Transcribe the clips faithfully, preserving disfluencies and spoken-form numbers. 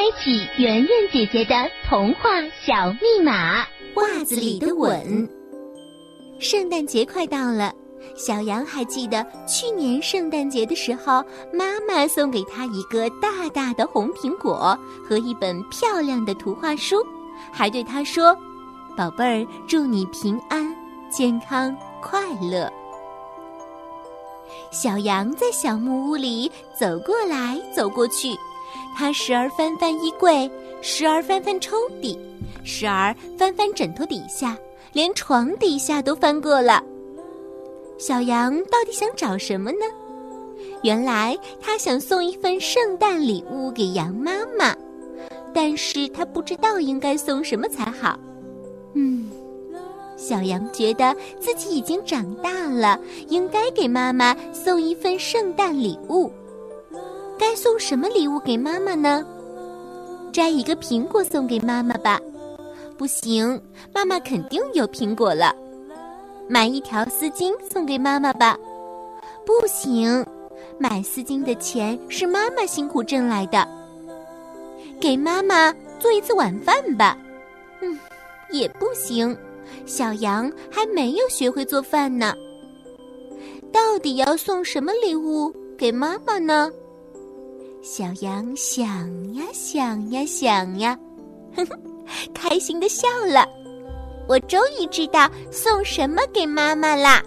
启圆圆姐姐的童话小密码。 袜子里的吻。圣诞节快到了，小羊还记得去年圣诞节的时候，妈妈送给他一个大大的红苹果和一本漂亮的图画书，还对他说：宝贝儿，祝你平安、健康、快乐。小羊在小木屋里走过来走过去，它时而翻翻衣柜，时而翻翻抽屉，时而翻翻枕头底下，连床底下都翻过了。小羊到底想找什么呢？原来他想送一份圣诞礼物给羊妈妈，但是他不知道应该送什么才好。嗯，小羊觉得自己已经长大了，应该给妈妈送一份圣诞礼物。该送什么礼物给妈妈呢？摘一个苹果送给妈妈吧。不行，妈妈肯定有苹果了。买一条丝巾送给妈妈吧。不行，买丝巾的钱是妈妈辛苦挣来的。给妈妈做一次晚饭吧。嗯，也不行，小羊还没有学会做饭呢。到底要送什么礼物给妈妈呢？小羊想呀想呀想呀，呵呵，开心地笑了。我终于知道送什么给妈妈啦。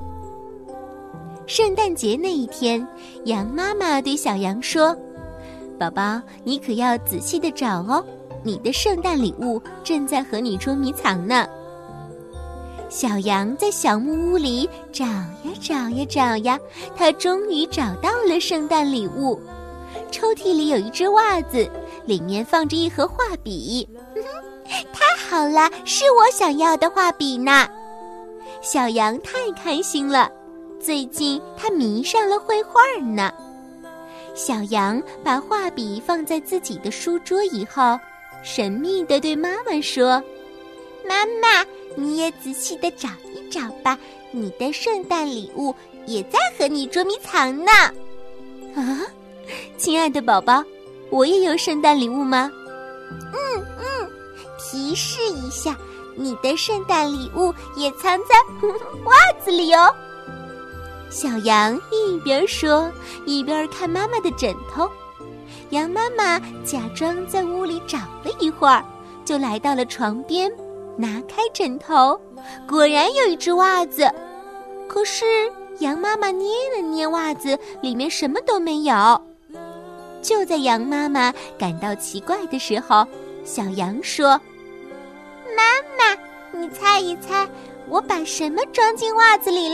圣诞节那一天，羊妈妈对小羊说：宝宝，你可要仔细地找哦，你的圣诞礼物正在和你捉迷藏呢。小羊在小木屋里找呀找呀找呀，它终于找到了圣诞礼物。抽屉里有一只袜子，里面放着一盒画笔。太好了，是我想要的画笔呢。小羊太开心了，最近他迷上了绘画呢。小羊把画笔放在自己的书桌以后，神秘地对妈妈说：妈妈，你也仔细地找一找吧，你的圣诞礼物也在和你捉迷藏呢。啊，亲爱的宝宝，我也有圣诞礼物吗？嗯嗯，提示一下，你的圣诞礼物也藏在袜子里哦。小羊一边说，一边看妈妈的枕头。羊妈妈假装在屋里找了一会儿，就来到了床边，拿开枕头，果然有一只袜子。可是羊妈妈捏了捏袜子，里面什么都没有。就在羊妈妈感到奇怪的时候，小羊说：妈妈，你猜一猜，我把什么装进袜子里了？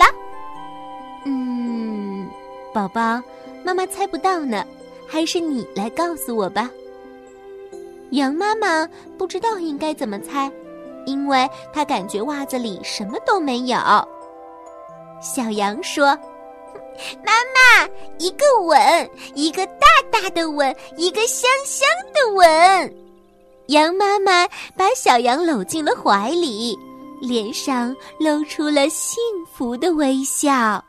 嗯，宝宝，妈妈猜不到呢，还是你来告诉我吧。羊妈妈不知道应该怎么猜，因为她感觉袜子里什么都没有。小羊说：妈妈，一个吻，一个大大的吻，一个香香的吻。羊妈妈把小羊搂进了怀里，脸上露出了幸福的微笑。